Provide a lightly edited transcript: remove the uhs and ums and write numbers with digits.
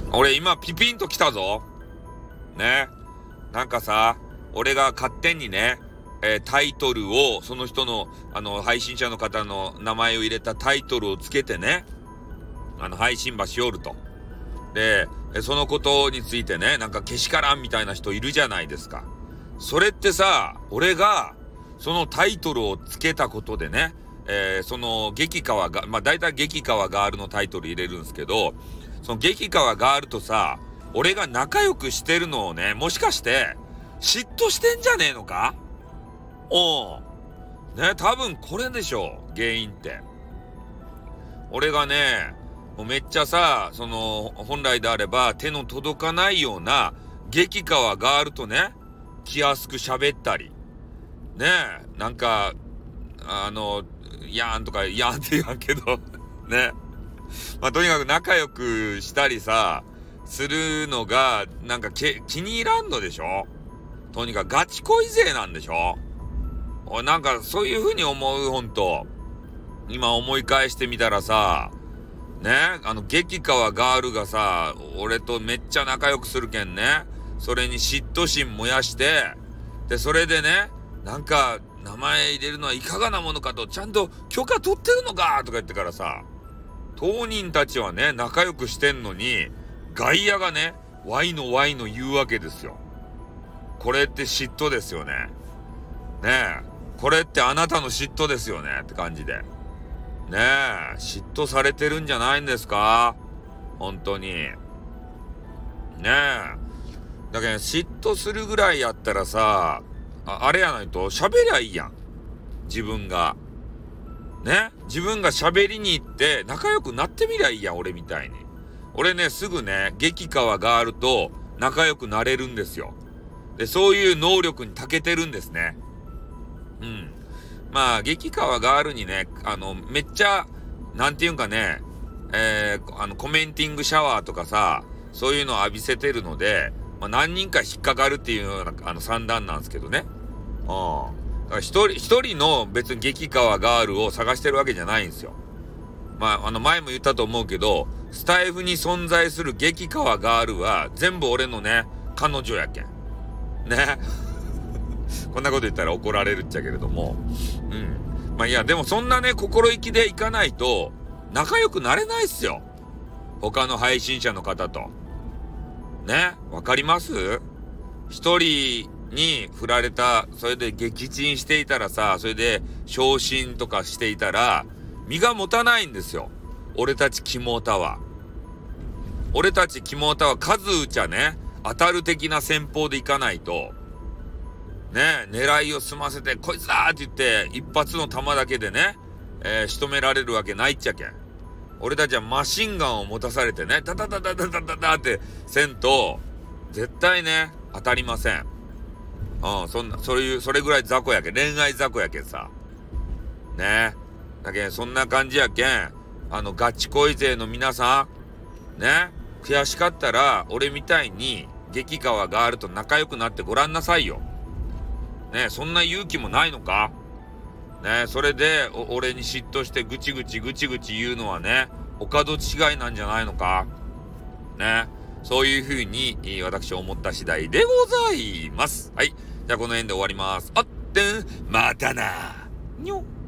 俺今ピピンと来たぞ。ね。なんかさ、俺が勝手にね、タイトルを、その人の、配信者の方の名前を入れたタイトルをつけてね、配信場しおると。で、そのことについてね、なんかけしからんみたいな人いるじゃないですか。それってさ、俺が、そのタイトルをつけたことでね、その激川が、まあ大体激川ガールのタイトル入れるんですけど、その激川ガールとさ、俺が仲良くしてるのをね、もしかして、嫉妬してんじゃねえのか？ね、多分これでしょ、原因って。俺がね、もうめっちゃさ、本来であれば手の届かないような激川ガールとね、気安く喋ったり。ねえ、なんか、やんとか、やんって言わんけど、ね。まあ、とにかく仲良くしたりさ、するのが、なんか気に入らんのでしょ？とにかくガチ恋勢なんでしょ？なんかそういう風に思う、ほんと。今思い返してみたらさ、ね、激川ガールがさ、俺とめっちゃ仲良くするけんね。それに嫉妬心燃やして、で、それでね、なんか、名前入れるのはいかがなものかと、ちゃんと許可取ってるのかとか言ってからさ、当人たちはね、仲良くしてんのに、外野がね、ワイの言うわけですよ。これって嫉妬ですよね。ねえ、これってあなたの嫉妬ですよねって感じで。ねえ、嫉妬されてるんじゃないんですか？本当に。ねえ。だけど、嫉妬するぐらいやったらさ、あれやないと喋りゃいいやん。自分が。ね、自分が喋りに行って仲良くなってみりゃいいやん、俺みたいに。俺ね、すぐね、激川ガールと仲良くなれるんですよ。で、そういう能力に長けてるんですね。うん。まあ、激川ガールにね、めっちゃ、なんていうんかね、コメンティングシャワーとかさ、そういうのを浴びせてるので、まあ、何人か引っかかるっていうような、算段なんですけどね。だから一人の別に激川ガールを探してるわけじゃないんですよ。まあ、前も言ったと思うけど、スタイフに存在する激川ガールは、全部俺のね、彼女やけん。ね。こんなこと言ったら怒られるっちゃけれども。うん。まあいや、でもそんなね、心意気でいかないと、仲良くなれないっすよ。他の配信者の方と。ね。わかります？一人に振られた、それで撃沈していたらさ、それで昇進とかしていたら、身が持たないんですよ。俺たちキモータは。俺たちキモータは数打ちゃね、当たる的な戦法でいかないと、ね、狙いを済ませて、こいつだーって言って、一発の弾だけでね、仕留められるわけないっちゃけん。俺たちはマシンガンを持たされてね、タタタタタタタタってせんと、絶対ね、当たりません。それぐらい雑魚やけん。恋愛雑魚やけんさ。ね。だけん、そんな感じやけん、ガチ恋勢の皆さん、ね、悔しかったら、俺みたいに、激川ガールと仲良くなってごらんなさいよ。ね、そんな勇気もないのか？ね、それで、俺に嫉妬してぐちぐち言うのはね、お門違いなんじゃないのか？ね。そういう風に、私は思った次第でございます。はい。じゃあこの辺で終わります。あってん、またな。にょ。